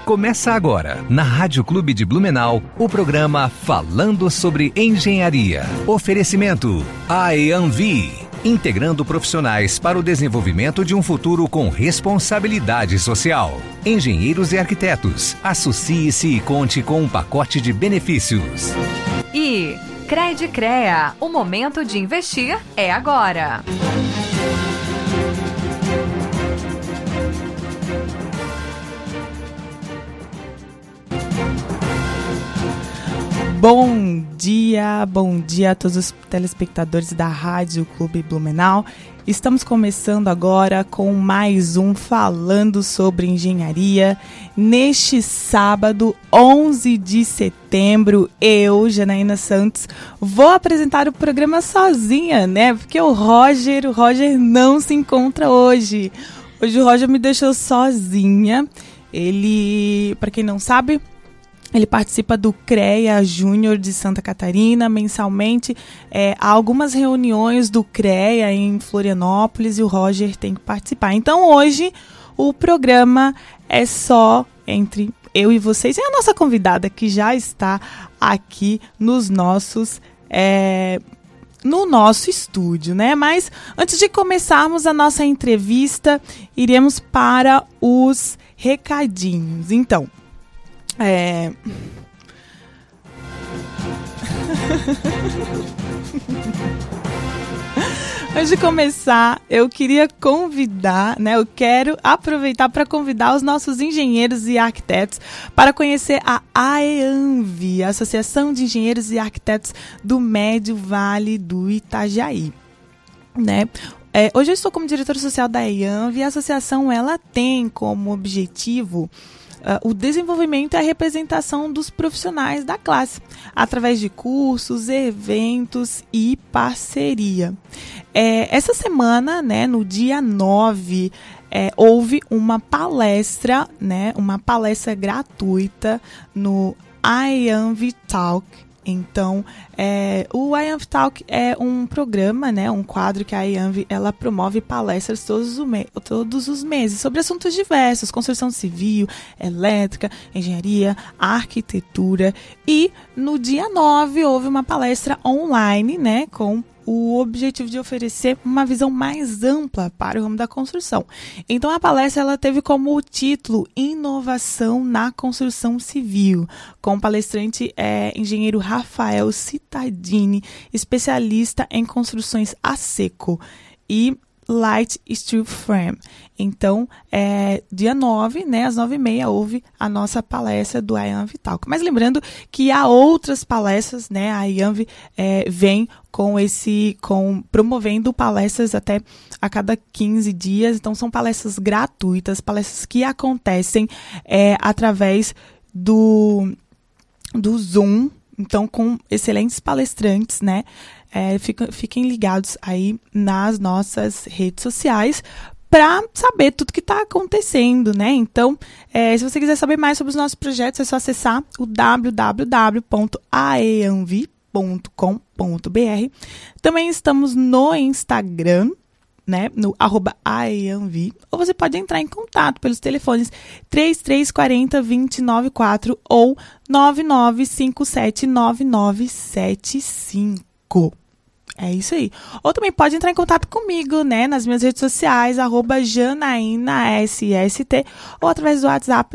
Começa agora, na Rádio Clube de Blumenau, o programa Falando sobre Engenharia. Oferecimento IAMV, integrando profissionais para o desenvolvimento de um futuro com responsabilidade social. Engenheiros e arquitetos, associe-se e conte com um pacote de benefícios. E Credicrea, o momento de investir é agora. Bom dia a todos os telespectadores da Rádio Clube Blumenau. Estamos começando agora com mais um Falando sobre Engenharia. Neste sábado, 11 de setembro, eu, Janaína Santos, vou apresentar o programa sozinha, né? Porque o Roger não se encontra hoje. Hoje o Roger me deixou sozinha. Ele, para quem não sabe, ele participa do CREA Júnior de Santa Catarina mensalmente. Há algumas reuniões do CREA em Florianópolis e o Roger tem que participar. Então hoje o programa é só entre eu e vocês e a nossa convidada que já está aqui no nosso estúdio, né? Mas antes de começarmos a nossa entrevista, iremos para os recadinhos. Então, antes de começar, eu queria convidar, né? Eu quero aproveitar para convidar os nossos engenheiros e arquitetos para conhecer a AEANV, a Associação de Engenheiros e Arquitetos do Médio Vale do Itajaí, né? Hoje eu estou como diretora social da AEANV e a associação ela tem como objetivo o desenvolvimento e a representação dos profissionais da classe, através de cursos, eventos e parceria. Essa semana, né, no dia 9, houve uma palestra, né, uma palestra gratuita no IAMV Talk. Então, o IAMV Talk é um programa, né, um quadro que a IAMV ela promove palestras todos os meses sobre assuntos diversos, construção civil, elétrica, engenharia, arquitetura. E no dia 9 houve uma palestra online, né, com o objetivo de oferecer uma visão mais ampla para o ramo da construção. Então, a palestra ela teve como título Inovação na Construção Civil, com o palestrante engenheiro Rafael Cittadini, especialista em construções a seco e Light Steel Frame. Então, dia 9, né, às 9h30, houve a nossa palestra do IAMV Talk. Mas lembrando que há outras palestras, né, a IAMV vem promovendo palestras até a cada 15 dias. Então, são palestras gratuitas, palestras que acontecem através do Zoom. Então, com excelentes palestrantes, né? Fiquem ligados aí nas nossas redes sociais para saber tudo que está acontecendo, né? Então, se você quiser saber mais sobre os nossos projetos, é só acessar o www.aeanv.com.br. Também estamos no Instagram, né, no @aeanv, ou você pode entrar em contato pelos telefones 3340-2094 ou 99579975. É isso aí. Ou também pode entrar em contato comigo, né, nas minhas redes sociais, @JanaínaSST, ou através do WhatsApp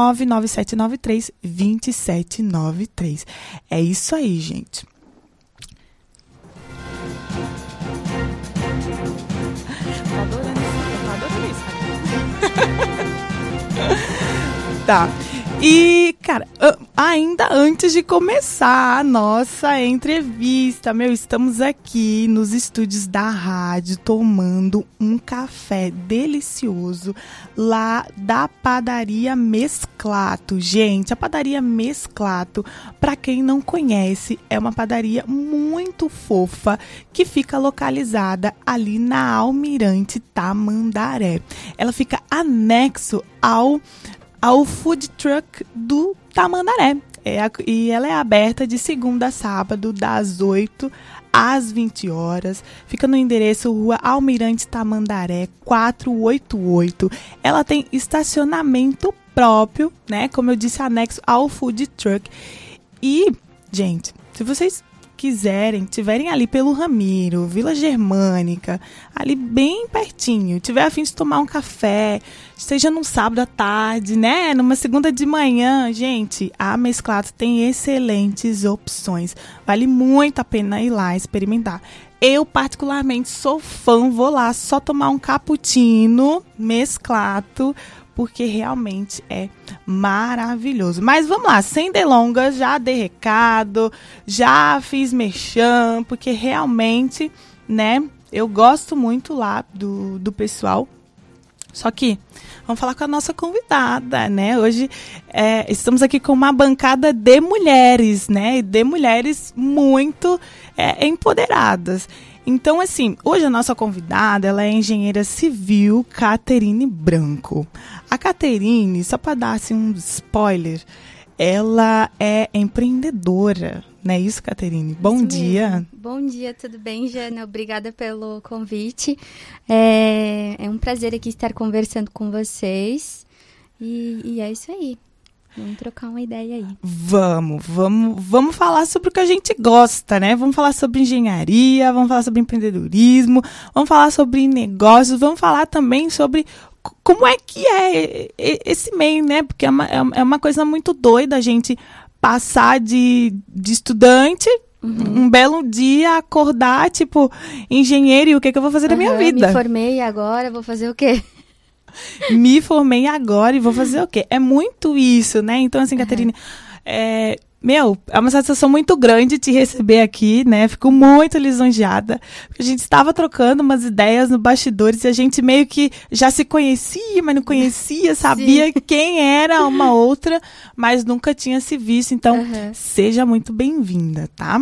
99793-2793. É isso aí, gente. Tá. E, cara, ainda antes de começar a nossa entrevista, estamos aqui nos estúdios da rádio tomando um café delicioso lá da Padaria Mesclato. Gente, a Padaria Mesclato, para quem não conhece, é uma padaria muito fofa que fica localizada ali na Almirante Tamandaré. Ela fica anexo ao food truck do Tamandaré. E ela é aberta de segunda a sábado, das 8 às 20 horas. Fica no endereço Rua Almirante Tamandaré, 488. Ela tem estacionamento próprio, né? Como eu disse, anexo ao food truck. E, gente, se vocês quiserem, tiverem ali pelo Ramiro, Vila Germânica, ali bem pertinho, tiver a fim de tomar um café, seja num sábado à tarde, né? Numa segunda de manhã, gente, a Mesclato tem excelentes opções. Vale muito a pena ir lá experimentar. Eu, particularmente, sou fã, vou lá só tomar um cappuccino Mesclato, porque realmente é maravilhoso. Mas vamos lá, sem delongas, já dei recado, já fiz merchan, porque realmente, né, eu gosto muito lá do pessoal. Só que vamos falar com a nossa convidada, né? Hoje estamos aqui com uma bancada de mulheres, né? E de mulheres muito empoderadas. Então, assim, hoje a nossa convidada, ela é a engenheira civil Caterine Branco. A Caterine, só para dar assim, um spoiler, ela é empreendedora, não é isso, Caterine? Bom dia. Mesmo. Bom dia, tudo bem, Jana? Obrigada pelo convite. É um prazer aqui estar conversando com vocês. E é isso aí. Vamos trocar uma ideia aí. Vamos falar sobre o que a gente gosta, né? Vamos falar sobre engenharia, vamos falar sobre empreendedorismo, vamos falar sobre negócios, vamos falar também sobre como é que é esse meio, né? Porque é uma coisa muito doida a gente passar de estudante, um belo dia, acordar, tipo, engenheiro, e o que eu vou fazer da minha vida? Me formei agora, vou fazer o quê? Me formei agora e vou fazer o quê? É muito isso, né? Então, assim, Caterine, é uma satisfação muito grande te receber aqui, né? Fico muito lisonjeada, porque a gente estava trocando umas ideias no bastidores e a gente meio que já se conhecia, mas não conhecia, sabia Sim. quem era uma outra, mas nunca tinha se visto. Então, seja muito bem-vinda, tá?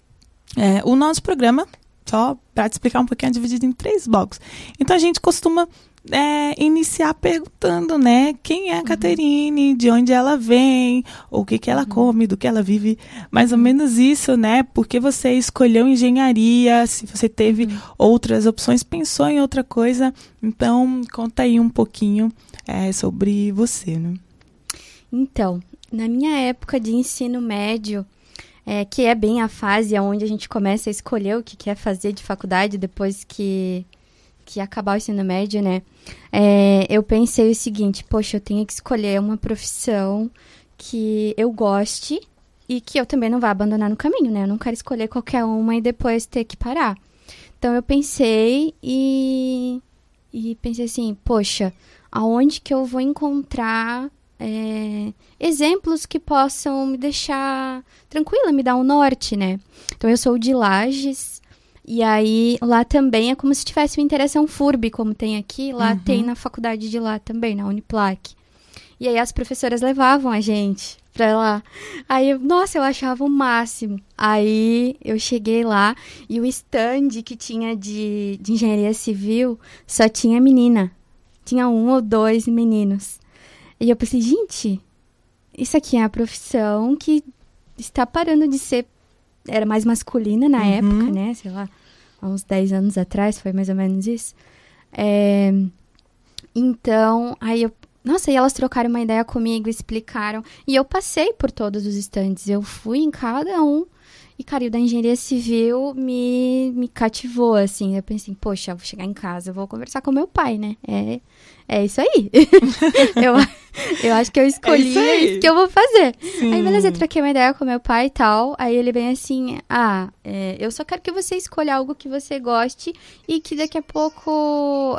O nosso programa, só para te explicar um pouquinho, é dividido em 3 blocos. Então, a gente costuma iniciar perguntando, né, quem é a Caterine, de onde ela vem, o que ela come, do que ela vive, mais ou menos isso, né, porque você escolheu engenharia, se você teve outras opções, pensou em outra coisa, então conta aí um pouquinho sobre você, né? Então, na minha época de ensino médio, que é bem a fase onde a gente começa a escolher o que quer fazer de faculdade depois que acabar o ensino médio, né? Eu pensei o seguinte, poxa, eu tenho que escolher uma profissão que eu goste e que eu também não vá abandonar no caminho, né? Eu não quero escolher qualquer uma e depois ter que parar. Então, eu pensei e pensei assim, poxa, aonde que eu vou encontrar exemplos que possam me deixar tranquila, me dar um norte, né? Então, eu sou de Lages. E aí, lá também é como se tivesse uma interação FURB, como tem aqui. Lá tem na faculdade de lá também, na Uniplac. E aí, as professoras levavam a gente pra lá. Aí, eu achava o máximo. Aí, eu cheguei lá e o stand que tinha de engenharia civil só tinha menina. Tinha 1 ou 2 meninos. E eu pensei, gente, isso aqui é a profissão que está parando de ser... Era mais masculina na época, né? Sei lá, há uns 10 anos atrás, foi mais ou menos isso. Então, aí e elas trocaram uma ideia comigo, explicaram. E eu passei por todos os estandes. Eu fui em cada um. E, cara, o da engenharia civil me cativou, assim. Eu pensei, poxa, eu vou chegar em casa, eu vou conversar com meu pai, né? É isso aí. eu acho que eu escolhi, é isso que eu vou fazer. Sim. Aí, beleza, eu troquei uma ideia com meu pai e tal. Aí ele vem assim, eu só quero que você escolha algo que você goste e que daqui a pouco,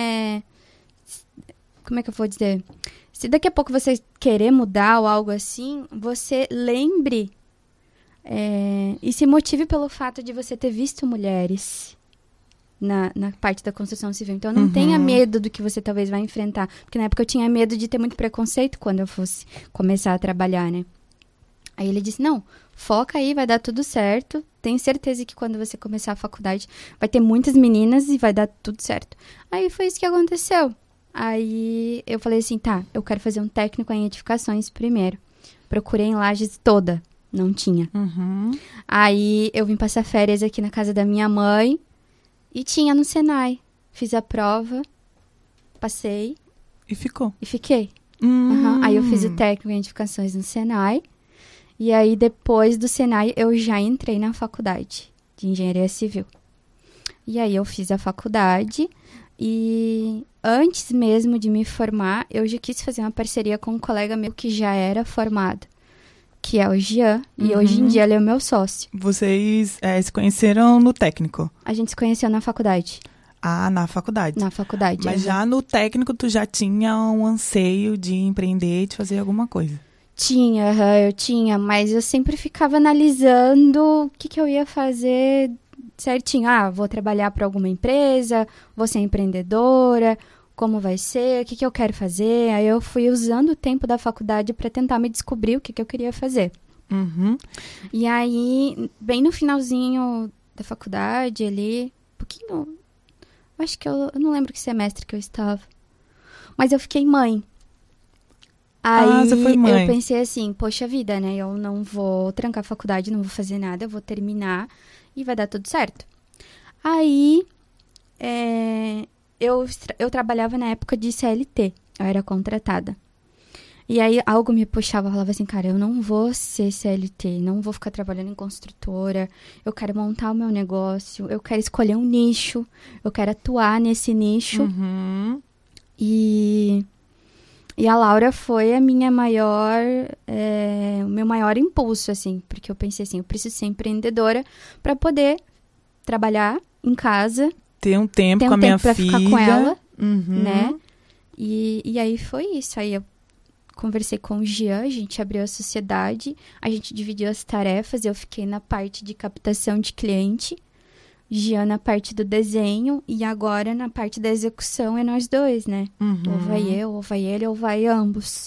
como é que eu vou dizer? Se daqui a pouco você querer mudar ou algo assim, você lembre e se motive pelo fato de você ter visto mulheres na parte da construção civil. Então, não tenha medo do que você talvez vai enfrentar. Porque na época eu tinha medo de ter muito preconceito quando eu fosse começar a trabalhar, né? Aí ele disse, não, foca aí, vai dar tudo certo. Tenho certeza que quando você começar a faculdade vai ter muitas meninas e vai dar tudo certo. Aí foi isso que aconteceu. Aí eu falei assim, tá, eu quero fazer um técnico em edificações primeiro. Procurei em Lages toda. Não tinha. Aí eu vim passar férias aqui na casa da minha mãe e tinha no Senai. Fiz a prova, passei. E ficou. E fiquei. Aí eu fiz o técnico em edificações no Senai. E aí, depois do Senai, eu já entrei na faculdade de engenharia civil. E aí, eu fiz a faculdade. E antes mesmo de me formar, eu já quis fazer uma parceria com um colega meu que já era formado, que é o Jean. E hoje em dia ele é o meu sócio. Vocês se conheceram no técnico? A gente se conheceu na faculdade. Ah, na faculdade. Na faculdade. Mas já no técnico, tu já tinha um anseio de empreender, de fazer alguma coisa? Eu tinha, mas eu sempre ficava analisando o que eu ia fazer certinho. Vou trabalhar para alguma empresa, vou ser empreendedora, como vai ser, o que eu quero fazer. Aí eu fui usando o tempo da faculdade para tentar me descobrir o que eu queria fazer. E aí, bem no finalzinho da faculdade ali, pouquinho... Acho que eu não lembro que semestre que eu estava. Mas eu fiquei mãe. Aí você foi mãe. Eu pensei assim, poxa vida, né? Eu não vou trancar a faculdade, não vou fazer nada, eu vou terminar e vai dar tudo certo. Aí eu trabalhava na época de CLT, eu era contratada. E aí algo me puxava, falava assim, cara, eu não vou ser CLT, não vou ficar trabalhando em construtora, eu quero montar o meu negócio, eu quero escolher um nicho, eu quero atuar nesse nicho. E a Laura foi a minha o meu maior impulso, assim, porque eu pensei assim, eu preciso ser empreendedora para poder trabalhar em casa. Ter um tempo com a minha filha. Ficar com ela, né? E aí foi isso, aí eu conversei com o Jean, a gente abriu a sociedade, a gente dividiu as tarefas, eu fiquei na parte de captação de cliente, Jean na parte do desenho, e agora na parte da execução é nós dois, né? Ou vai eu, ou vai ele, ou vai ambos.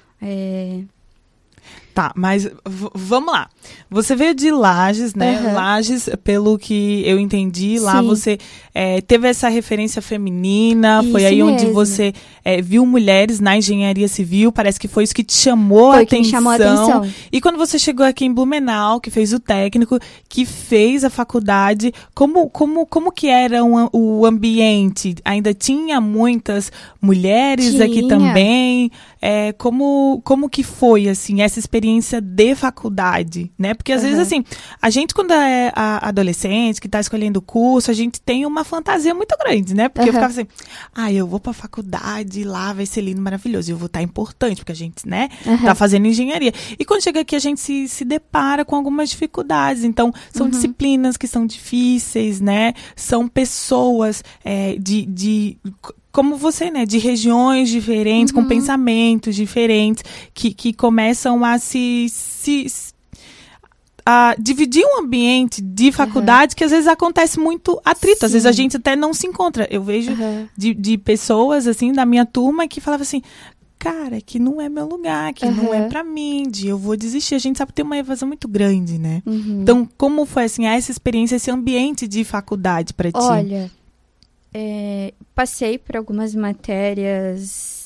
Tá, mas vamos lá. Você veio de Lages, né? Lages, pelo que eu entendi, lá você teve essa referência feminina, Isso foi aí mesmo. onde você viu mulheres na engenharia civil, parece que foi isso que te chamou a atenção. Foi que me chamou a atenção. E quando você chegou aqui em Blumenau, que fez o técnico, que fez a faculdade, como que era o ambiente? Ainda tinha muitas mulheres aqui também? Como que foi, assim, essa experiência de faculdade, né? Porque às vezes, assim, a gente quando é adolescente, que tá escolhendo o curso, a gente tem uma fantasia muito grande, né? Porque eu ficava assim, eu vou pra faculdade, lá vai ser lindo, maravilhoso, eu vou estar importante, porque a gente, né, tá fazendo engenharia. E quando chega aqui, a gente se depara com algumas dificuldades. Então, são disciplinas que são difíceis, né? São pessoas como você, né, de regiões diferentes, com pensamentos diferentes, que começam a a dividir um ambiente de faculdade que às vezes acontece muito atrito, às vezes a gente até não se encontra. Eu vejo de pessoas, assim, da minha turma que falavam assim, cara, que não é meu lugar, que não é pra mim, eu vou desistir. A gente sabe que tem uma evasão muito grande, né? Então, como foi, assim, essa experiência, esse ambiente de faculdade pra ti? Olha... passei por algumas matérias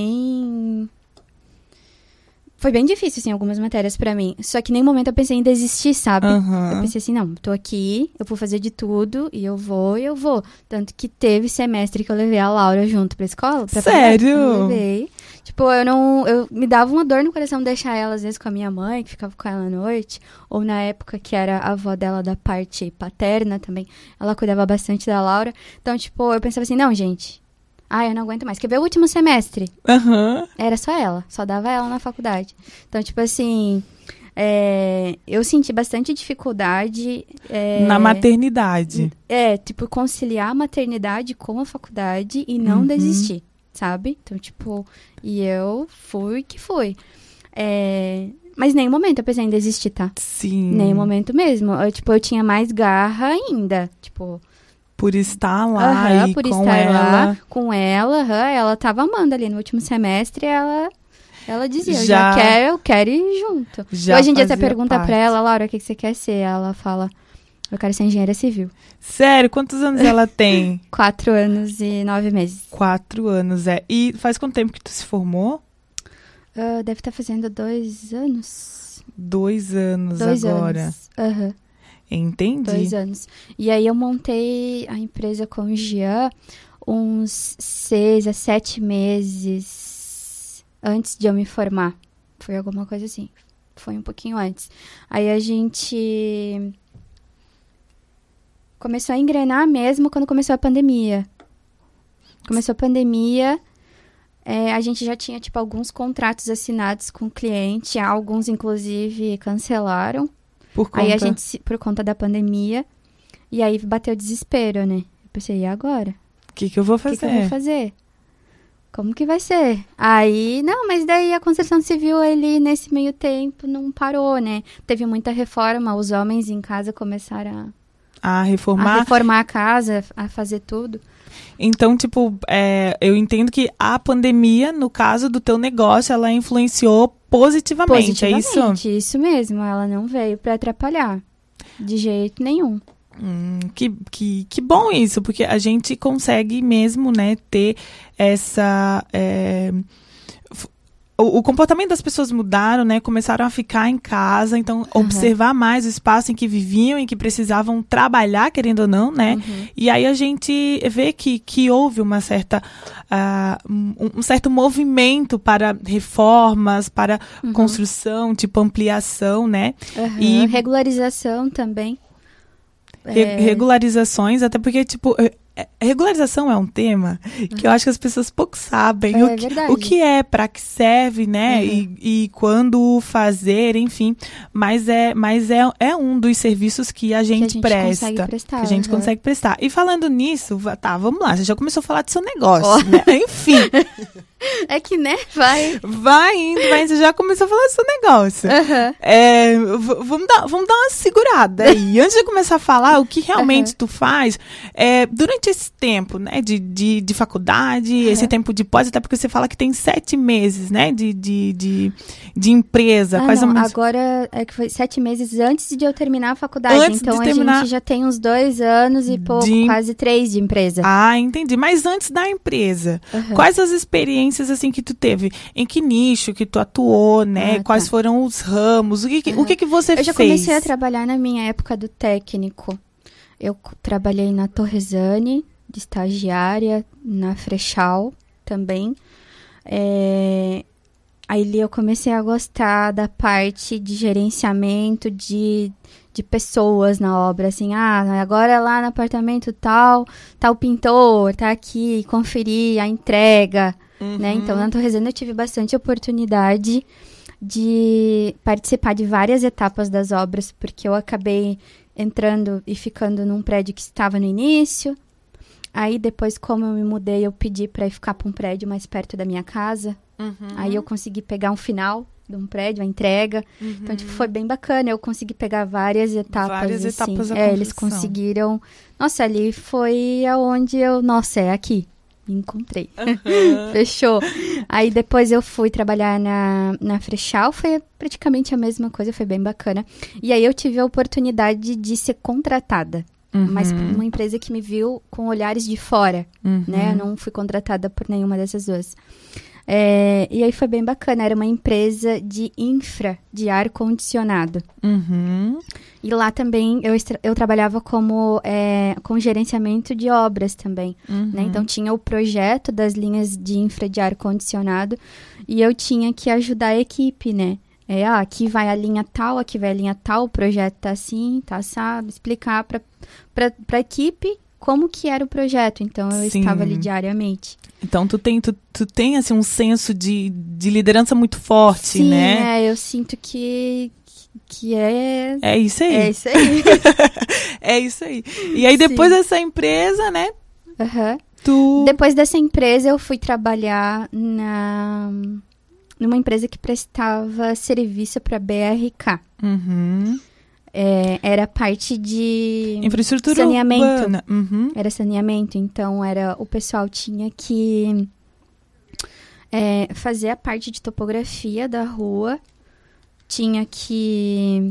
foi bem difícil, assim, algumas matérias pra mim. Só que em nenhum momento eu pensei em desistir, sabe? Eu pensei assim, não, tô aqui, eu vou fazer de tudo, e eu vou. Tanto que teve semestre que eu levei a Laura junto pra escola. Sério? Eu levei. Tipo, eu me dava uma dor no coração deixar ela, às vezes, com a minha mãe, que ficava com ela à noite. Ou na época que era a avó dela da parte paterna também. Ela cuidava bastante da Laura. Então, tipo, eu pensava assim, não, gente... eu não aguento mais. Quer ver o último semestre? Era só ela. Só dava ela na faculdade. Então, tipo assim... eu senti bastante dificuldade... na maternidade. Tipo, conciliar a maternidade com a faculdade e não desistir, sabe? Então, tipo... E eu fui que fui. Mas em nenhum momento eu pensei em desistir, tá? Sim. Nenhum momento mesmo. Eu tinha mais garra ainda. Tipo... Por estar lá e por com estar ela. Lá, com ela, ela tava amando ali no último semestre, ela dizia, eu quero ir junto. Hoje em dia você pergunta pra ela, Laura, o que você quer ser? Ela fala, eu quero ser engenheira civil. Sério? Quantos anos ela tem? 4 anos e 9 meses. 4 anos, E faz quanto tempo que tu se formou? Deve estar fazendo 2 anos. 2 anos agora. 2 anos. Entendi. 2 anos. E aí eu montei a empresa com o Jean uns 6 a 7 meses antes de eu me formar. Foi alguma coisa assim. Foi um pouquinho antes. Aí a gente começou a engrenar mesmo quando começou a pandemia. Começou a pandemia, a gente já tinha, tipo, alguns contratos assinados com o cliente. Alguns, inclusive, cancelaram. Por conta da pandemia. E aí bateu o desespero, né? Eu pensei, e agora? O que eu vou fazer? O que eu vou fazer? Como que vai ser? Aí, não, mas daí a construção civil, ele, nesse meio tempo, não parou, né? Teve muita reforma, os homens em casa começaram a reformar a casa, a fazer tudo. Então, tipo, eu entendo que a pandemia, no caso do teu negócio, ela influenciou positivamente, é isso? Isso mesmo, ela não veio para atrapalhar, de jeito nenhum. Que bom isso, porque a gente consegue mesmo, né, ter essa... O comportamento das pessoas mudaram, né? Começaram a ficar em casa, então observar mais o espaço em que viviam, em que precisavam trabalhar, querendo ou não, né? E aí a gente vê que houve uma certa, um certo movimento para reformas, para construção, tipo ampliação, né? E regularização também. Regularizações, até porque, tipo... Regularização é um tema que eu acho que as pessoas pouco sabem o que é, para que serve, né? E quando fazer, enfim. Mas é um dos serviços que a gente presta. Que a gente consegue prestar. E falando nisso, tá, vamos lá. Você já começou a falar do seu negócio, né? Enfim. É que, né? Vai indo, mas você já começou a falar do seu negócio. Vamos dar uma segurada aí. Antes de começar a falar o que realmente tu faz, durante esse tempo, né, de faculdade, esse tempo de pós, até porque você fala que tem 7 meses, né, de empresa. Agora é que foi 7 meses antes de eu terminar a faculdade. Então a gente já tem uns 2 anos e pouco, quase 3 de empresa. Ah, entendi. Mas antes da empresa, quais as experiências, assim, que tu teve? Em que nicho que tu atuou, né? Quais foram os ramos? O que você fez? Eu já comecei a trabalhar na minha época do técnico. Eu trabalhei na Torresani, de estagiária, na Frechal também. Aí eu comecei a gostar da parte de gerenciamento de pessoas na obra, assim, agora lá no apartamento tal o pintor, tá aqui, conferir a entrega, né? Então, na Torresani eu tive bastante oportunidade de participar de várias etapas das obras, porque eu acabei entrando e ficando num prédio que estava no início. Aí, depois, como eu me mudei, eu pedi para ficar para um prédio mais perto da minha casa. Aí eu consegui pegar um final de um prédio, a entrega. Então, tipo, foi bem bacana. Eu consegui pegar várias etapas. Várias etapas da construção. Eles conseguiram... Nossa, ali foi aonde eu... Nossa, é aqui. Me encontrei. Fechou. Aí depois eu fui trabalhar na Frechal, foi praticamente a mesma coisa, foi bem bacana. E aí eu tive a oportunidade de ser contratada, mas por uma empresa que me viu com olhares de fora, né? Eu não fui contratada por nenhuma dessas duas. E aí foi bem bacana, era uma empresa de infra, de ar-condicionado. E lá também eu trabalhava com gerenciamento de obras também, né? Então tinha o projeto das linhas de infra de ar-condicionado e eu tinha que ajudar a equipe, né? Aqui vai a linha tal, aqui vai a linha tal, o projeto tá assim, tá assado, explicar pra equipe como que era o projeto. Então eu estava ali diariamente. Então, tu tem assim, um senso de liderança muito forte, né? Sim, eu sinto que é... É isso aí. É isso aí. É isso aí. E aí, depois dessa empresa, né? Depois dessa empresa, eu fui trabalhar numa empresa que prestava serviço para BRK. Era parte de infraestrutura saneamento. Urbana. Era saneamento, então o pessoal tinha que fazer a parte de topografia da rua, tinha que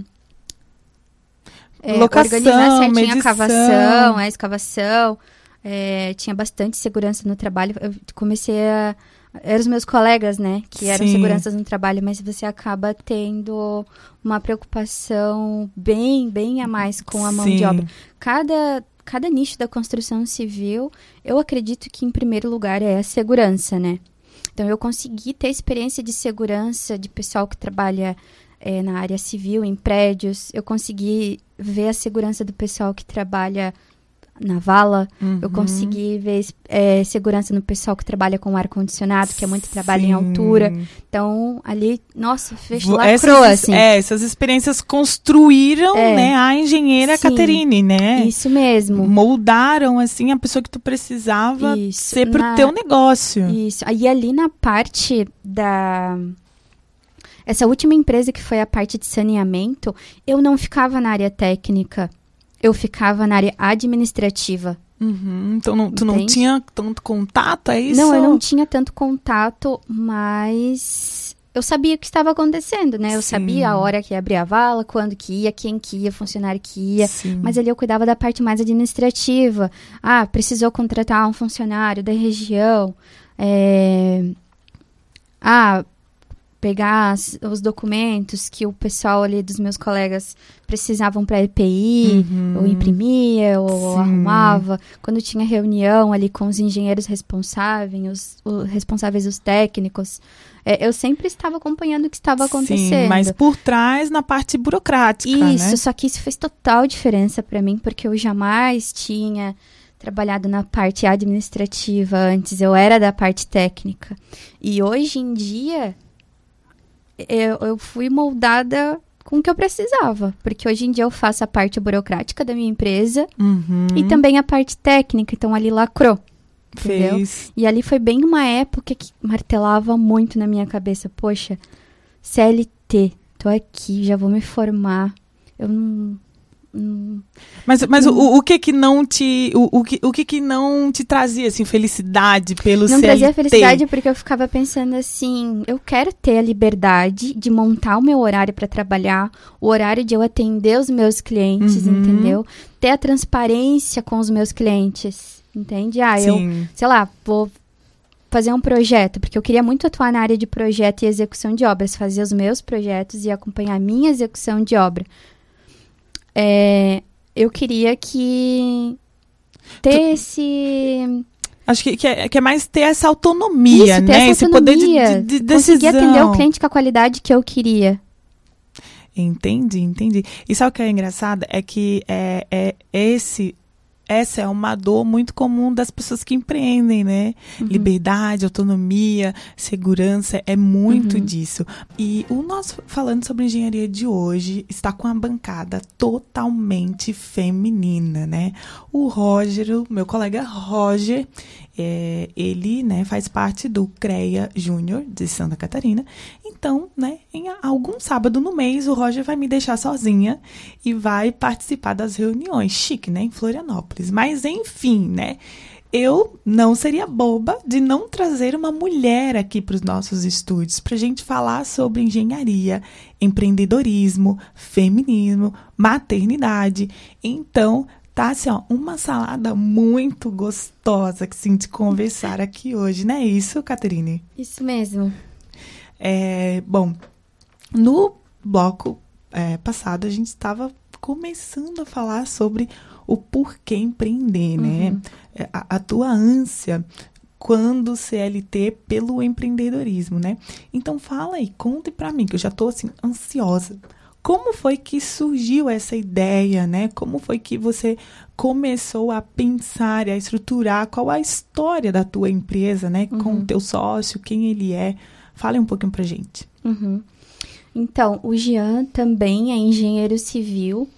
organizar certinho medição. A cavação, a escavação, tinha bastante segurança no trabalho. Eu comecei eram os meus colegas, né, que eram seguranças no trabalho, mas você acaba tendo uma preocupação bem a mais com a mão de obra. Cada nicho da construção civil, eu acredito que, em primeiro lugar, é a segurança, né? Então, eu consegui ter experiência de segurança de pessoal que trabalha na área civil, em prédios. Eu consegui ver a segurança do pessoal que trabalha na vala. Eu consegui ver segurança no pessoal que trabalha com ar-condicionado, que é muito trabalho em altura. Então, ali, nossa, lacrou, assim. Essas experiências construíram, né, a engenheira Caterine, né? Isso mesmo. Moldaram, assim, a pessoa que tu precisava ser pro teu negócio. Isso. Aí, ali na parte essa última empresa, que foi a parte de saneamento, eu não ficava na área técnica. Eu ficava na área administrativa. Então, tu não tinha tanto contato, é isso? Não, eu não tinha tanto contato, mas eu sabia o que estava acontecendo, né? Eu sabia a hora que ia abrir a vala, quando que ia, quem que ia, funcionário que ia. Mas ali eu cuidava da parte mais administrativa. Precisou contratar um funcionário da região. Pegar os documentos que o pessoal ali dos meus colegas precisavam para EPI, ou imprimia, ou arrumava. Quando tinha reunião ali com os engenheiros responsáveis, os técnicos, eu sempre estava acompanhando o que estava acontecendo. Sim, mas por trás, na parte burocrática, isso, né? Só que isso fez total diferença para mim, porque eu jamais tinha trabalhado na parte administrativa antes, eu era da parte técnica. E hoje em dia eu fui moldada com o que eu precisava, porque hoje em dia eu faço a parte burocrática da minha empresa e também a parte técnica, então ali lacrou, entendeu? E ali foi bem uma época que martelava muito na minha cabeça, poxa, CLT, tô aqui, já vou me formar, eu não... Mas o que que não te o que não te trazia assim felicidade pelo Não CLT? trazia felicidade porque eu ficava pensando assim, eu quero ter a liberdade de montar o meu horário para trabalhar, o horário de eu atender os meus clientes, entendeu? Ter a transparência com os meus clientes, entende? Eu, sei lá, vou fazer um projeto, porque eu queria muito atuar na área de projeto e execução de obras, fazer os meus projetos e acompanhar a minha execução de obra. Eu queria ter esse... Acho que é mais ter essa autonomia, né? Essa esse autonomia, poder de decisão. Conseguir atender o cliente com a qualidade que eu queria. Entendi. E sabe o que é engraçado? É que essa é uma dor muito comum das pessoas que empreendem, né? Liberdade, autonomia, segurança, é muito disso. E o nosso Falando sobre Engenharia de hoje está com a bancada totalmente feminina, né? O Roger, o meu colega Roger, ele, né, faz parte do CREA Júnior de Santa Catarina. Então, né, em algum sábado no mês, o Roger vai me deixar sozinha e vai participar das reuniões. Chique, né, em Florianópolis. Mas, enfim, né, eu não seria boba de não trazer uma mulher aqui para os nossos estúdios para a gente falar sobre engenharia, empreendedorismo, feminismo, maternidade. Então, tá, assim, ó, uma salada muito gostosa que sim de conversar aqui hoje, não é isso, Caterine? Isso mesmo. Bom, no bloco passado a gente estava começando a falar sobre o porquê empreender, né? A tua ânsia quando CLT pelo empreendedorismo, né? Então fala aí, conte pra mim, que eu já tô assim, ansiosa. Como foi que surgiu essa ideia, né? Como foi que você começou a pensar e a estruturar? Qual a história da tua empresa, né? Com o teu sócio, quem ele é? Fale um pouquinho pra gente. Então, o Jean também é engenheiro civil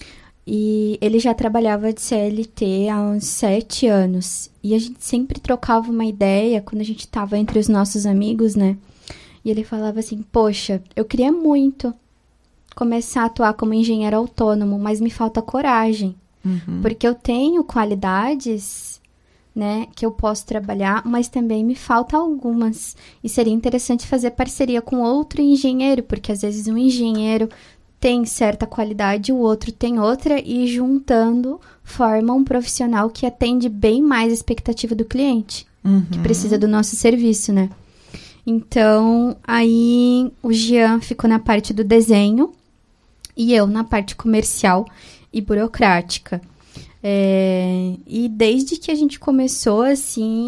e ele já trabalhava de CLT há uns 7 anos. E a gente sempre trocava uma ideia quando a gente estava entre os nossos amigos, né? E ele falava assim, poxa, eu queria muito começar a atuar como engenheiro autônomo, mas me falta coragem. Porque eu tenho qualidades, né, que eu posso trabalhar, mas também me faltam algumas. E seria interessante fazer parceria com outro engenheiro, porque às vezes um engenheiro tem certa qualidade, o outro tem outra, e juntando forma um profissional que atende bem mais a expectativa do cliente, que precisa do nosso serviço, né? Então, aí o Jean ficou na parte do desenho e eu na parte comercial e burocrática. E desde que a gente começou, assim,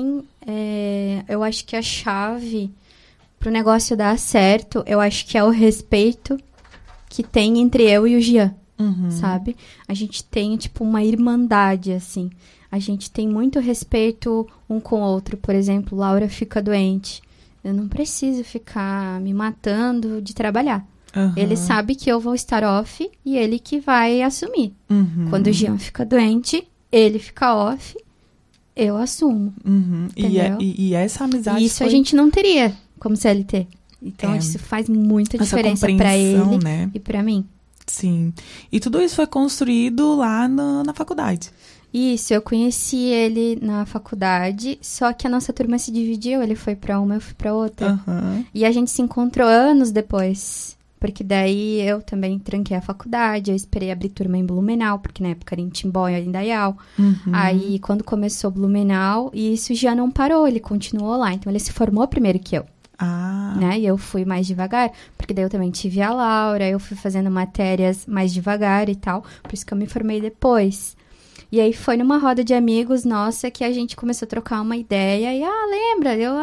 eu acho que a chave pro negócio dar certo, eu acho que é o respeito que tem entre eu e o Jean, sabe? A gente tem, tipo, uma irmandade, assim. A gente tem muito respeito um com o outro. Por exemplo, Laura fica doente. Eu não preciso ficar me matando de trabalhar. Ele sabe que eu vou estar off e ele que vai assumir. Quando o Jean fica doente, ele fica off, eu assumo. E essa amizade isso a gente não teria como CLT. Então, isso faz muita diferença pra ele, né? E pra mim. Sim. E tudo isso foi construído lá na faculdade. Isso, eu conheci ele na faculdade, só que a nossa turma se dividiu, ele foi pra uma, eu fui pra outra. E a gente se encontrou anos depois, porque daí eu também tranquei a faculdade, eu esperei abrir turma em Blumenau, porque na época era em Timbó e em Indaial. Aí, quando começou Blumenau, isso já não parou, ele continuou lá, então ele se formou primeiro que eu. Né? E eu fui mais devagar, porque daí eu também tive a Laura, eu fui fazendo matérias mais devagar e tal, por isso que eu me formei depois. E aí foi numa roda de amigos nossa que a gente começou a trocar uma ideia e, lembra? Eu,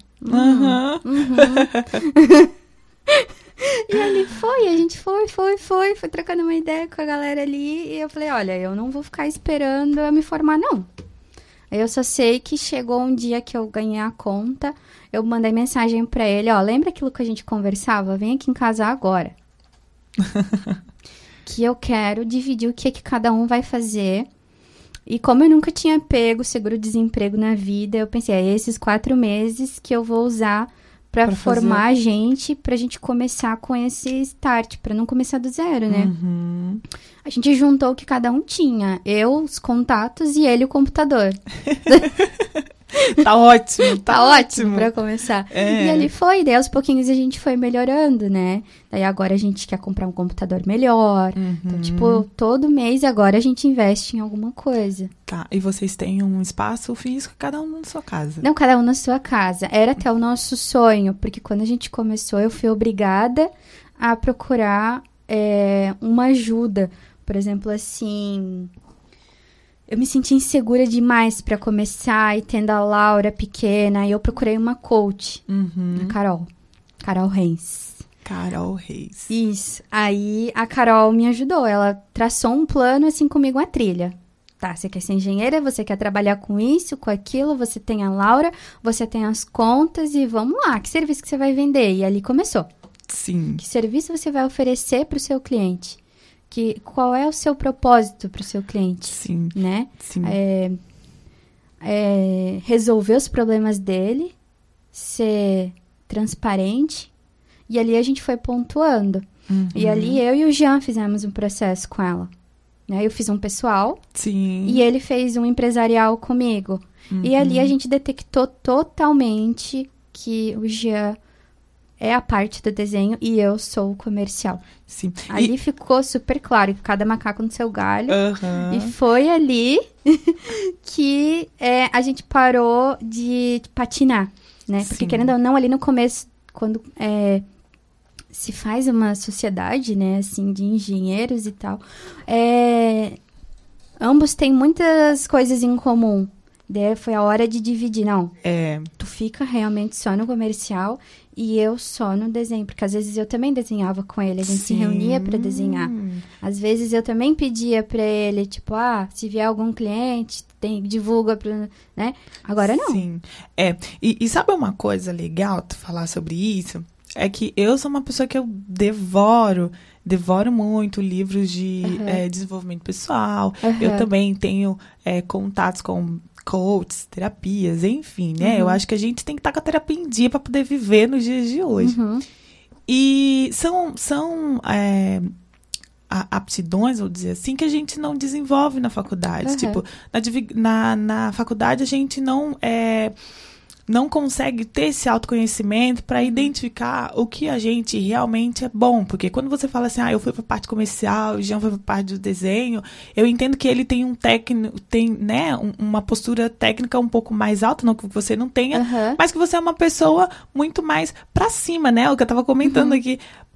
E ali a gente foi trocando uma ideia com a galera ali e eu falei, olha, eu não vou ficar esperando eu me formar, não. Eu só sei que chegou um dia que eu ganhei a conta, eu mandei mensagem pra ele, lembra aquilo que a gente conversava? Vem aqui em casa agora. Que eu quero dividir o que cada um vai fazer. E como eu nunca tinha pego seguro-desemprego na vida, eu pensei, esses 4 meses que eu vou usar pra formar a gente, pra gente começar com esse start, pra não começar do zero, né? A gente juntou o que cada um tinha. Eu, os contatos e ele, o computador. Tá ótimo, tá ótimo pra começar. E ali daí aos pouquinhos a gente foi melhorando, né? Daí agora a gente quer comprar um computador melhor. Então, tipo, todo mês agora a gente investe em alguma coisa. Tá, e vocês têm um espaço físico, cada um na sua casa? Não, cada um na sua casa. Era até o nosso sonho, porque quando a gente começou, eu fui obrigada a procurar uma ajuda. Por exemplo, assim... Eu me senti insegura demais pra começar, e tendo a Laura pequena, e eu procurei uma coach, a Carol Reis. Carol Reis. Isso. Aí a Carol me ajudou, ela traçou um plano assim comigo, a trilha. Tá, você quer ser engenheira, você quer trabalhar com isso, com aquilo, você tem a Laura, você tem as contas e vamos lá, que serviço que você vai vender? E ali começou. Sim. Que serviço você vai oferecer pro seu cliente? Qual é o seu propósito para o seu cliente? Sim. Né? Sim. Resolver os problemas dele, ser transparente. E ali a gente foi pontuando. E ali eu e o Jean fizemos um processo com ela. Né? Eu fiz um pessoal. Sim. E ele fez um empresarial comigo. E ali a gente detectou totalmente que o Jean é a parte do desenho e eu sou o comercial. Sim. Ali ficou super claro, cada macaco no seu galho. E foi ali que a gente parou de patinar, né? Porque, querendo ou não, ali no começo, quando se faz uma sociedade, né, assim, de engenheiros e tal, ambos têm muitas coisas em comum. Daí foi a hora de dividir. Não, tu fica realmente só no comercial e eu só no desenho. Porque às vezes eu também desenhava com ele. A gente se reunia pra desenhar. Às vezes eu também pedia pra ele, tipo, se vier algum cliente, divulga pra... né? Agora não. Sim. E sabe uma coisa legal tu falar sobre isso? É que eu sou uma pessoa que eu devoro muito livros de desenvolvimento pessoal. Eu também tenho contatos com coaches, terapias, enfim, né? Eu acho que a gente tem que estar com a terapia em dia para poder viver nos dias de hoje. E são aptidões, vou dizer assim, que a gente não desenvolve na faculdade. Tipo, na faculdade a gente não consegue ter esse autoconhecimento para identificar o que a gente realmente é bom. Porque quando você fala assim, eu fui para a parte comercial, o Jean foi para a parte do desenho, eu entendo que ele tem né, uma postura técnica um pouco mais alta, não que você não tenha, mas que você é uma pessoa muito mais para cima, né? O que eu estava comentando aqui.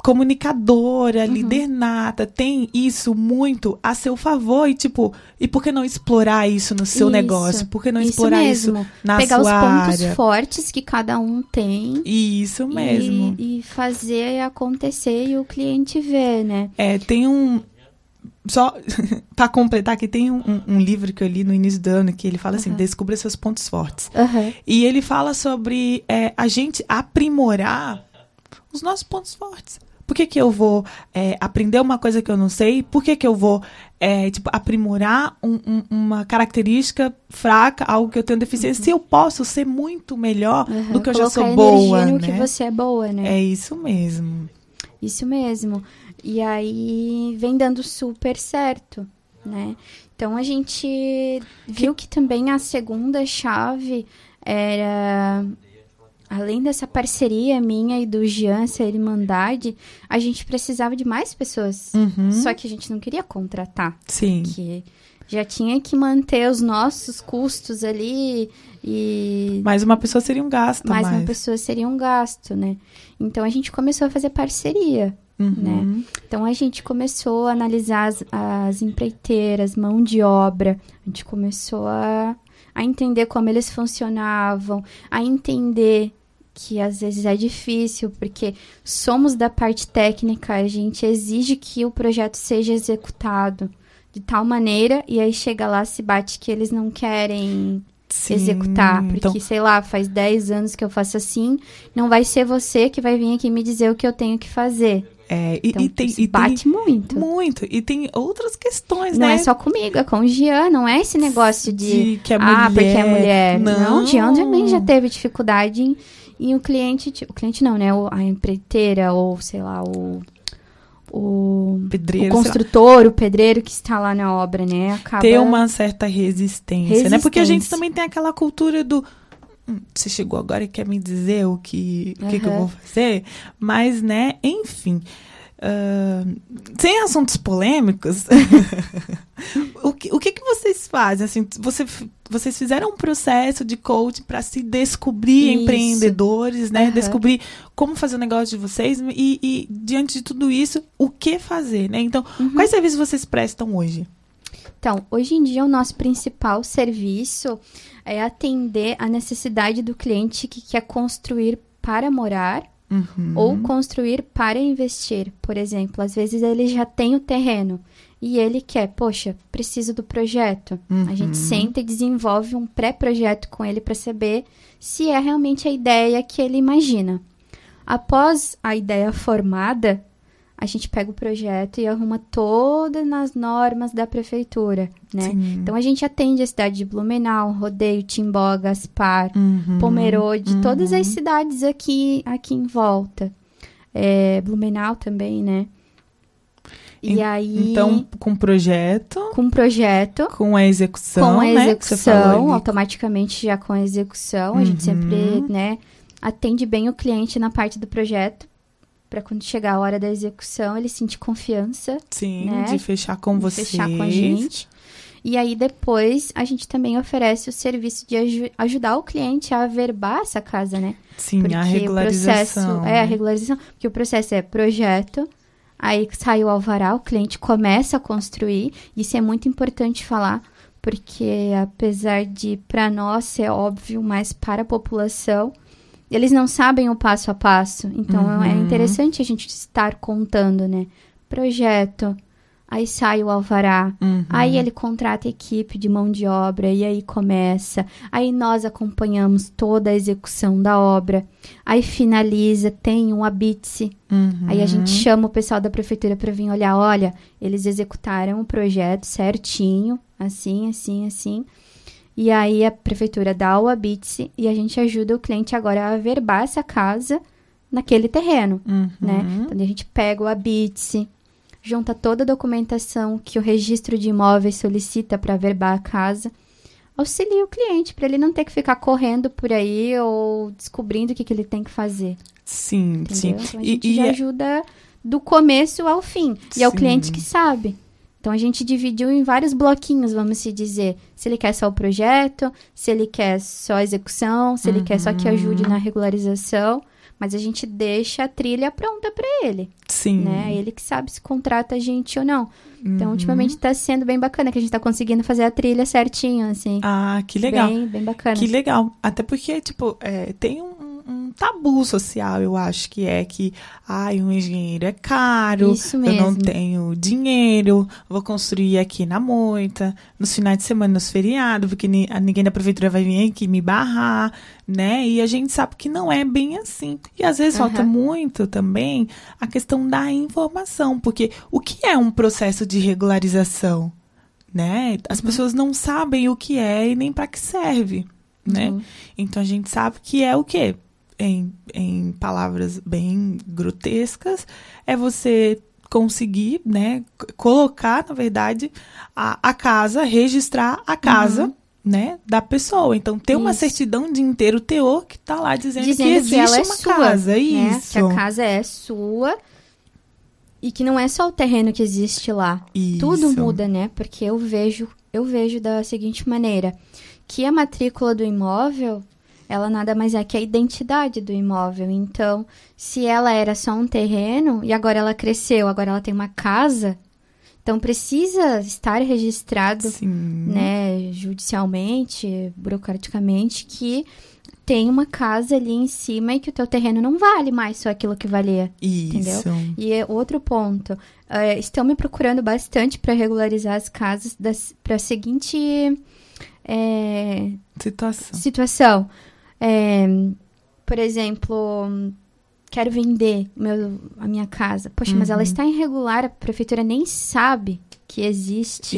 comunicadora, líder nata, tem isso muito a seu favor e, tipo, e por que não explorar isso no seu negócio? Por que não explorar mesmo. isso na Pegar sua os pontos área? fortes que cada um tem. Isso mesmo. E fazer acontecer e o cliente ver, né? Tem só para completar, que tem um livro que eu li no início do ano que ele fala assim, descubra seus pontos fortes. E ele fala sobre a gente aprimorar os nossos pontos fortes. Por que eu vou aprender uma coisa que eu não sei? Por que eu vou aprimorar uma característica fraca, algo que eu tenho deficiência? Se eu posso ser muito melhor do que eu já sou boa, no né? que você é boa, né? É isso mesmo. Isso mesmo. E aí vem dando super certo, né? Então a gente viu que também a segunda chave era, além dessa parceria minha e do Jean, essa irmandade, a gente precisava de mais pessoas. Só que a gente não queria contratar. Sim. Que já tinha que manter os nossos custos ali e... Mais uma pessoa seria um gasto. Mais uma pessoa seria um gasto, né? Então a gente começou a fazer parceria. Né? Então a gente começou a analisar as empreiteiras, mão de obra, a gente começou a entender como eles funcionavam, a entender que às vezes é difícil, porque somos da parte técnica, a gente exige que o projeto seja executado de tal maneira, e aí chega lá, se bate que eles não querem executar, porque, então, sei lá, faz 10 anos que eu faço assim, não vai ser você que vai vir aqui me dizer o que eu tenho que fazer. Então, bate muito. Muito. E tem outras questões, não né? Não é só comigo, é com o Jean, não é esse negócio de que é mulher. Porque é mulher. Não, o Jean também já teve dificuldade em o cliente não, né? A empreiteira, ou sei lá, o pedreiro, o construtor, o pedreiro que está lá na obra, né? Acaba... Ter uma certa resistência, né? Porque a gente também tem aquela cultura do... Você chegou agora e quer me dizer o que eu vou fazer? Mas, né, enfim... sem assuntos polêmicos, o que vocês fazem? Assim, vocês fizeram um processo de coaching para se descobrir empreendedores, né? Descobrir como fazer o negócio de vocês e diante de tudo isso, o que fazer, né? Então, quais serviços vocês prestam hoje? Então, hoje em dia, o nosso principal serviço é atender a necessidade do cliente que quer construir para morar, ou construir para investir. Por exemplo, às vezes ele já tem o terreno e ele quer, poxa, preciso do projeto. A gente senta e desenvolve um pré-projeto com ele para saber se é realmente a ideia que ele imagina. Após a ideia formada, a gente pega o projeto e arruma todas nas normas da prefeitura, né? Então, a gente atende a cidade de Blumenau, Rodeio, Timbó, Gaspar, Pomerode, todas as cidades aqui em volta. Blumenau também, né? E aí... Então, com projeto... Com a execução, né? Automaticamente já com a execução. A gente sempre, né, atende bem o cliente na parte do projeto, para quando chegar a hora da execução, ele sentir confiança. Sim, né? De fechar com vocês. Fechar com a gente. E aí, depois, a gente também oferece o serviço de ajudar o cliente a averbar essa casa, né? Sim, porque a regularização. A regularização. Porque o processo é projeto, aí sai o alvará, o cliente começa a construir. Isso é muito importante falar, porque apesar de, para nós, ser óbvio, mas para a população... Eles não sabem o passo a passo. Então, é interessante a gente estar contando, né? Projeto, aí sai o alvará, aí ele contrata a equipe de mão de obra, e aí começa. Aí nós acompanhamos toda a execução da obra. Aí finaliza, tem um abitse. Aí a gente chama o pessoal da prefeitura para vir olhar. Olha, eles executaram o projeto certinho, assim, assim, assim. E aí a prefeitura dá o abitse e a gente ajuda o cliente agora a averbar essa casa naquele terreno, né? Então a gente pega o abitse, junta toda a documentação que o registro de imóveis solicita para averbar a casa, auxilia o cliente para ele não ter que ficar correndo por aí ou descobrindo o que ele tem que fazer. Sim, entendeu? sim. Então a gente já ajuda do começo ao fim. E é o cliente que sabe. Então, a gente dividiu em vários bloquinhos, vamos se dizer. Se ele quer só o projeto, se ele quer só a execução, se ele quer só que ajude na regularização. Mas a gente deixa a trilha pronta para ele. Sim. Né? Ele que sabe se contrata a gente ou não. Então, ultimamente tá sendo bem bacana, que a gente tá conseguindo fazer a trilha certinho, assim. Ah, que legal. Bem bacana. Que legal. Até porque, tipo, tem um tabu social, eu acho que um engenheiro é caro. Isso mesmo. Eu não tenho dinheiro, vou construir aqui na moita, nos finais de semana, nos feriados, porque ninguém da prefeitura vai vir aqui me barrar, né? E a gente sabe que não é bem assim. E às vezes falta muito também a questão da informação, porque o que é um processo de regularização, né? As pessoas não sabem o que é e nem para que serve, né? Então a gente sabe que é o quê? Em palavras bem grotescas, é você conseguir, né, colocar, na verdade, a casa, registrar a casa, né, da pessoa. Então, ter uma certidão de inteiro teor que tá lá dizendo que existe que ela é uma sua, casa. Né? Isso. Que a casa é sua e que não é só o terreno que existe lá. Isso. Tudo muda, né? Porque eu vejo da seguinte maneira, que a matrícula do imóvel, ela nada mais é que a identidade do imóvel. Então, se ela era só um terreno e agora ela cresceu, agora ela tem uma casa, então precisa estar registrado, né, judicialmente, burocraticamente, que tem uma casa ali em cima e que o teu terreno não vale mais só aquilo que valia. Isso. Entendeu? E outro ponto, estão me procurando bastante para regularizar as casas para a seguinte situação. Por exemplo, quero vender a minha casa. Poxa, mas ela está irregular, a prefeitura nem sabe que existe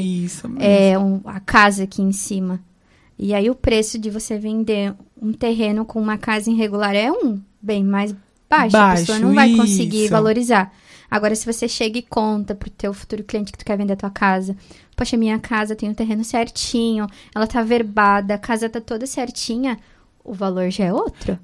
a casa aqui em cima. E aí o preço de você vender um terreno com uma casa irregular é bem mais baixo. A pessoa não vai conseguir valorizar. Agora, se você chega e conta pro teu futuro cliente que tu quer vender a tua casa, poxa, minha casa tem o terreno certinho, ela tá averbada, a casa tá toda certinha, o valor já é outro.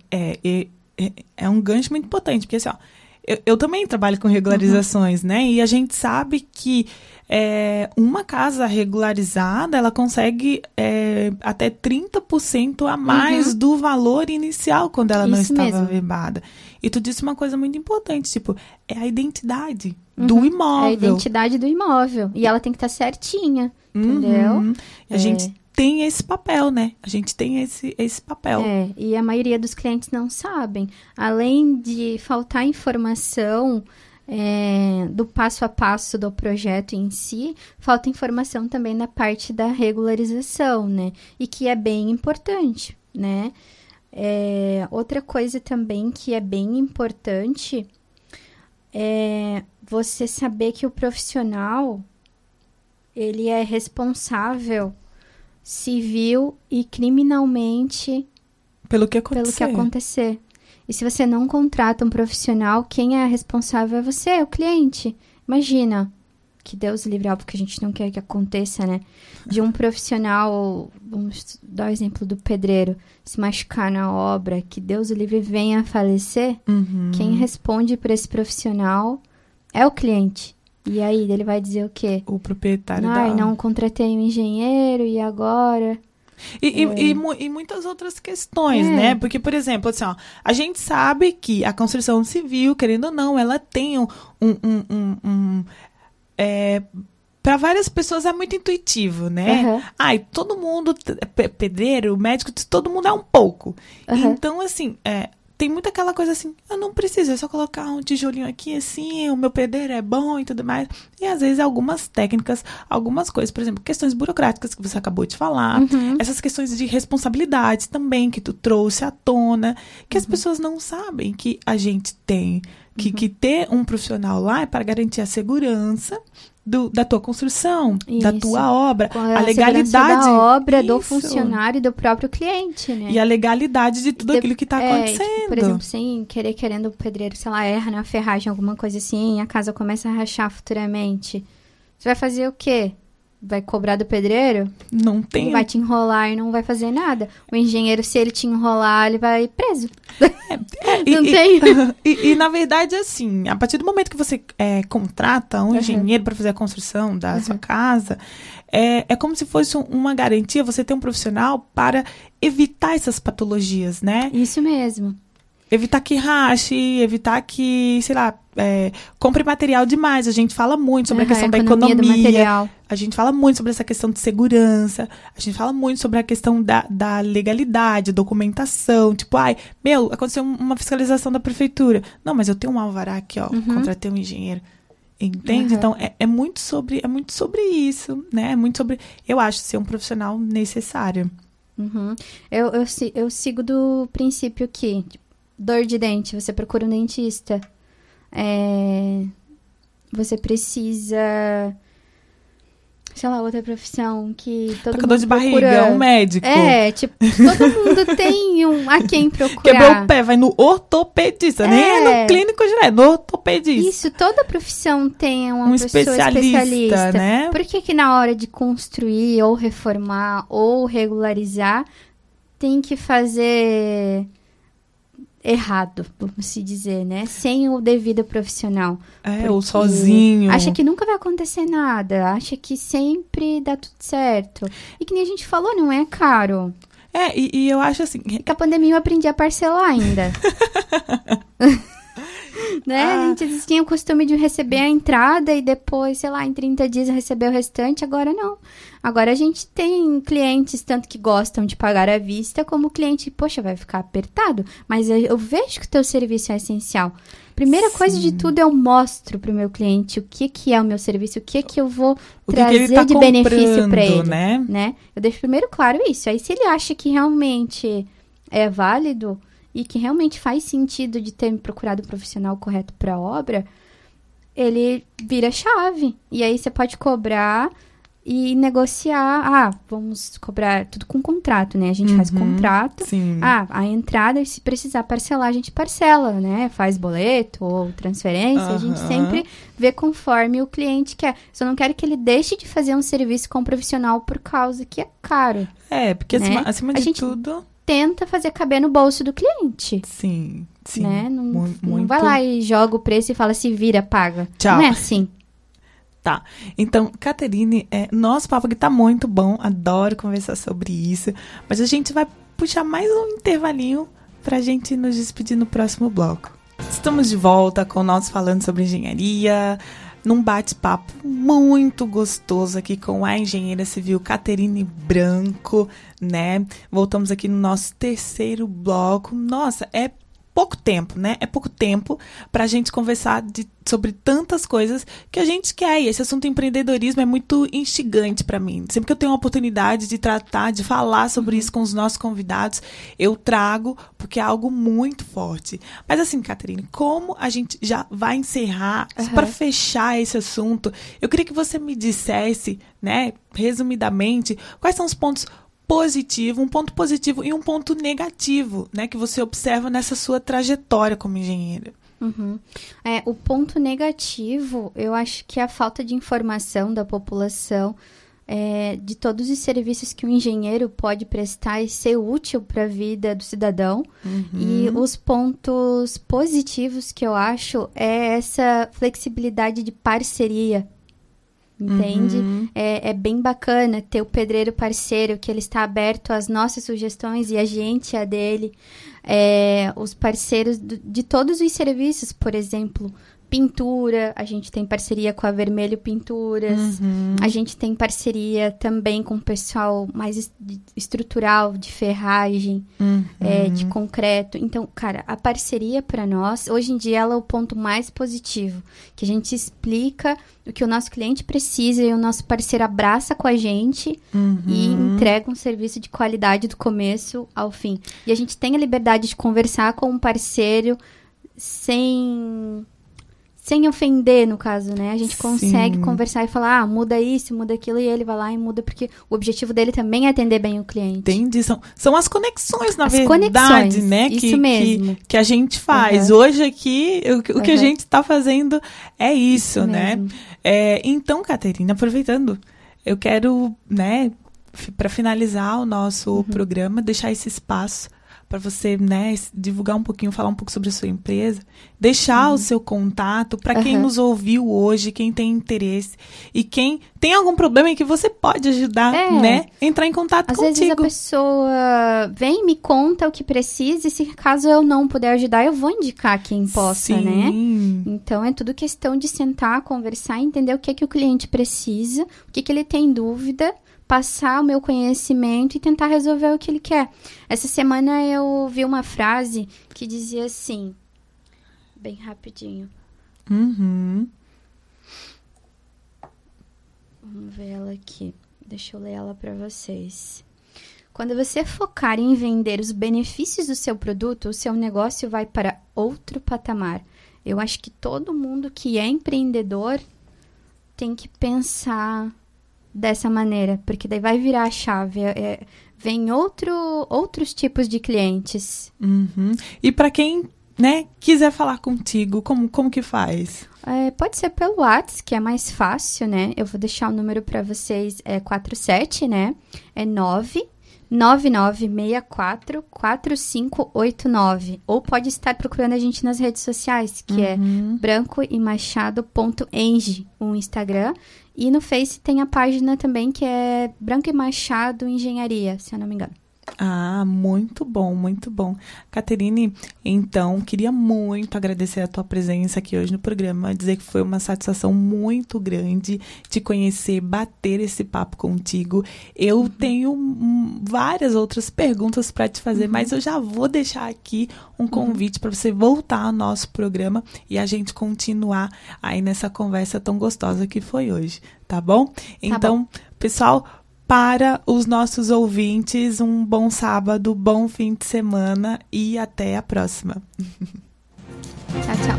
É um gancho muito importante, porque assim, ó, eu também trabalho com regularizações, né? E a gente sabe que uma casa regularizada, ela consegue até 30% a mais do valor inicial quando ela não estava averbada. E tu disse uma coisa muito importante, tipo, é a identidade do imóvel. É a identidade do imóvel. E ela tem que estar certinha, entendeu? A gente tem esse papel, né? A gente tem esse papel. E a maioria dos clientes não sabem. Além de faltar informação do passo a passo do projeto em si, falta informação também na parte da regularização, né? E que é bem importante, né? Outra coisa também que é bem importante é você saber que o profissional, ele é responsável civil e criminalmente pelo que acontecer. E se você não contrata um profissional, quem é responsável é você, o cliente. Imagina, que Deus livre, óbvio que a gente não quer que aconteça, né? De um profissional, vamos dar o exemplo do pedreiro, se machucar na obra, que Deus livre venha a falecer, quem responde por esse profissional é o cliente. E aí, ele vai dizer o quê? O proprietário não contratei um engenheiro, e agora? E muitas outras questões, né? Porque, por exemplo, assim, ó, a gente sabe que a construção civil, querendo ou não, ela tem para várias pessoas é muito intuitivo, né? Todo mundo, pedreiro, médico, todo mundo é um pouco. Então, assim, tem muita aquela coisa assim, eu não preciso, é só colocar um tijolinho aqui, assim, o meu pedreiro é bom e tudo mais. E às vezes algumas técnicas, algumas coisas, por exemplo, questões burocráticas que você acabou de falar, essas questões de responsabilidades também que tu trouxe à tona, que as pessoas não sabem que a gente tem, que ter um profissional lá é para garantir a segurança da tua construção, da tua obra, a legalidade da obra, do funcionário e do próprio cliente, né? E a legalidade de tudo aquilo que está acontecendo. Por exemplo, sem querendo o pedreiro, sei lá, erra na ferragem, alguma coisa assim, a casa começa a rachar futuramente. Você vai fazer o quê? vai cobrar do pedreiro? Não tem. Ele vai te enrolar e não vai fazer nada. O engenheiro, se ele te enrolar, ele vai preso. Não tem. E, na verdade, assim, a partir do momento que você contrata um engenheiro para fazer a construção da sua casa, é como se fosse uma garantia, você ter um profissional para evitar essas patologias, né? Isso mesmo. Evitar que rache, evitar que, sei lá, compre material demais. A gente fala muito sobre a questão da economia. Do material. A gente fala muito sobre essa questão de segurança. A gente fala muito sobre a questão da legalidade, documentação. Tipo, aconteceu uma fiscalização da prefeitura. Não, mas eu tenho um alvará aqui, ó. Contratei um engenheiro. Entende? Então, é muito sobre isso, né? É muito sobre, eu acho, ser um profissional necessário. Eu sigo do princípio que dor de dente, você procura um dentista. Você precisa, sei lá, outra profissão que todo mundo dor de barriga, um médico. Tipo, todo mundo tem a quem procurar. Quebrou o pé, vai no ortopedista, nem é no clínico geral, é no ortopedista. Isso, toda profissão tem uma pessoa especialista, né? Por que na hora de construir, ou reformar, ou regularizar, tem que fazer errado, vamos se dizer, né? Sem o devido profissional. Ou sozinho. Acha que nunca vai acontecer nada, acha que sempre dá tudo certo. E que nem a gente falou, não é caro. E eu acho assim... Com a pandemia eu aprendi a parcelar ainda. Né? A gente tinha o costume de receber a entrada e depois, sei lá, em 30 dias receber o restante. Agora não. Agora a gente tem clientes tanto que gostam de pagar à vista, como cliente, poxa, vai ficar apertado, mas eu vejo que o teu serviço é essencial. Primeira coisa de tudo, eu mostro pro meu cliente o que é o meu serviço, o que eu vou trazer ele tá de benefício para ele, né? Eu deixo primeiro claro isso. Aí se ele acha que realmente é válido e que realmente faz sentido de ter me procurado o profissional correto para a obra, ele vira chave. E aí você pode cobrar e negociar. Vamos cobrar tudo com contrato, né? A gente faz contrato. Sim. A entrada, se precisar parcelar, a gente parcela, né? Faz boleto ou transferência. A gente sempre vê conforme o cliente quer. Só não quero que ele deixe de fazer um serviço com um profissional por causa que é caro. Porque né? acima de tudo... tenta fazer caber no bolso do cliente. Sim. Né? Não vai lá e joga o preço e fala, se vira, paga. Tchau. Não é assim. Tá. Então, Caterine, nosso papo aqui tá muito bom. Adoro conversar sobre isso. Mas a gente vai puxar mais um intervalinho pra gente nos despedir no próximo bloco. Estamos de volta com nós falando sobre engenharia, num bate-papo muito gostoso aqui com a engenheira civil Caterine Branco, né? Voltamos aqui no nosso terceiro bloco. Nossa, é pouco tempo, né? É pouco tempo pra gente conversar sobre tantas coisas que a gente quer. E esse assunto empreendedorismo é muito instigante pra mim. Sempre que eu tenho a oportunidade de tratar, de falar sobre isso com os nossos convidados, eu trago, porque é algo muito forte. Mas assim, Caterine, como a gente já vai encerrar, para fechar esse assunto, eu queria que você me dissesse, né, resumidamente, quais são os pontos positivo, um ponto positivo e um ponto negativo, né, que você observa nessa sua trajetória como engenheira. O ponto negativo, eu acho que é a falta de informação da população de todos os serviços que um engenheiro pode prestar e ser útil para a vida do cidadão. E os pontos positivos que eu acho é essa flexibilidade de parceria. Entende? É bem bacana ter o pedreiro parceiro, que ele está aberto às nossas sugestões e a gente a dele. Os parceiros de todos os serviços, por exemplo, pintura, a gente tem parceria com a Vermelho Pinturas, a gente tem parceria também com o pessoal mais estrutural, de ferragem, de concreto. Então, cara, a parceria para nós, hoje em dia, ela é o ponto mais positivo, que a gente explica o que o nosso cliente precisa e o nosso parceiro abraça com a gente e entrega um serviço de qualidade do começo ao fim. E a gente tem a liberdade de conversar com um parceiro sem ofender, no caso, né? A gente consegue conversar e falar, muda isso, muda aquilo, e ele vai lá e muda, porque o objetivo dele também é atender bem o cliente. Entendi. São as conexões, na verdade, né? Isso mesmo. Que a gente faz. Hoje aqui, o que a gente está fazendo é isso, né? Então, Caterine, aproveitando, eu quero, né, para finalizar o nosso programa, deixar esse espaço para você, né, divulgar um pouquinho, falar um pouco sobre a sua empresa, deixar o seu contato para quem nos ouviu hoje, quem tem interesse e quem tem algum problema em que você pode ajudar, né, entrar em contato contigo. Às vezes a pessoa vem, me conta o que precisa e se caso eu não puder ajudar, eu vou indicar quem possa, né? Então é tudo questão de sentar, conversar, entender o que o cliente precisa, o que ele tem dúvida, passar o meu conhecimento e tentar resolver o que ele quer. Essa semana eu vi uma frase que dizia assim, bem rapidinho. Vamos ver ela aqui. Deixa eu ler ela para vocês. Quando você focar em vender os benefícios do seu produto, o seu negócio vai para outro patamar. Eu acho que todo mundo que é empreendedor tem que pensar dessa maneira, porque daí vai virar a chave, vem outros tipos de clientes. E para quem, né, quiser falar contigo, como que faz? Pode ser pelo WhatsApp, que é mais fácil, né? Eu vou deixar o número para vocês, 47, né? É 999644589. Ou pode estar procurando a gente nas redes sociais, que é brancoemachado.eng, o Instagram. E no Face tem a página também, que é Branco e Machado Engenharia, se eu não me engano. Ah, muito bom, muito bom. Caterine, então, queria muito agradecer a tua presença aqui hoje no programa, dizer que foi uma satisfação muito grande te conhecer, bater esse papo contigo. Eu tenho várias outras perguntas para te fazer, mas eu já vou deixar aqui um convite para você voltar ao nosso programa e a gente continuar aí nessa conversa tão gostosa que foi hoje, tá bom? Então, pessoal, para os nossos ouvintes, um bom sábado, bom fim de semana e até a próxima. Tchau, tchau.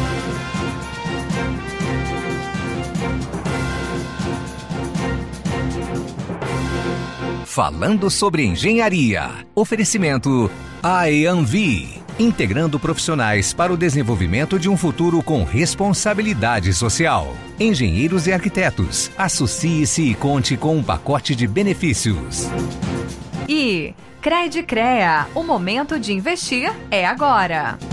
Falando sobre engenharia. Oferecimento AEANVI. Integrando profissionais para o desenvolvimento de um futuro com responsabilidade social. Engenheiros e arquitetos, associe-se e conte com um pacote de benefícios. E Credicrea, o momento de investir é agora.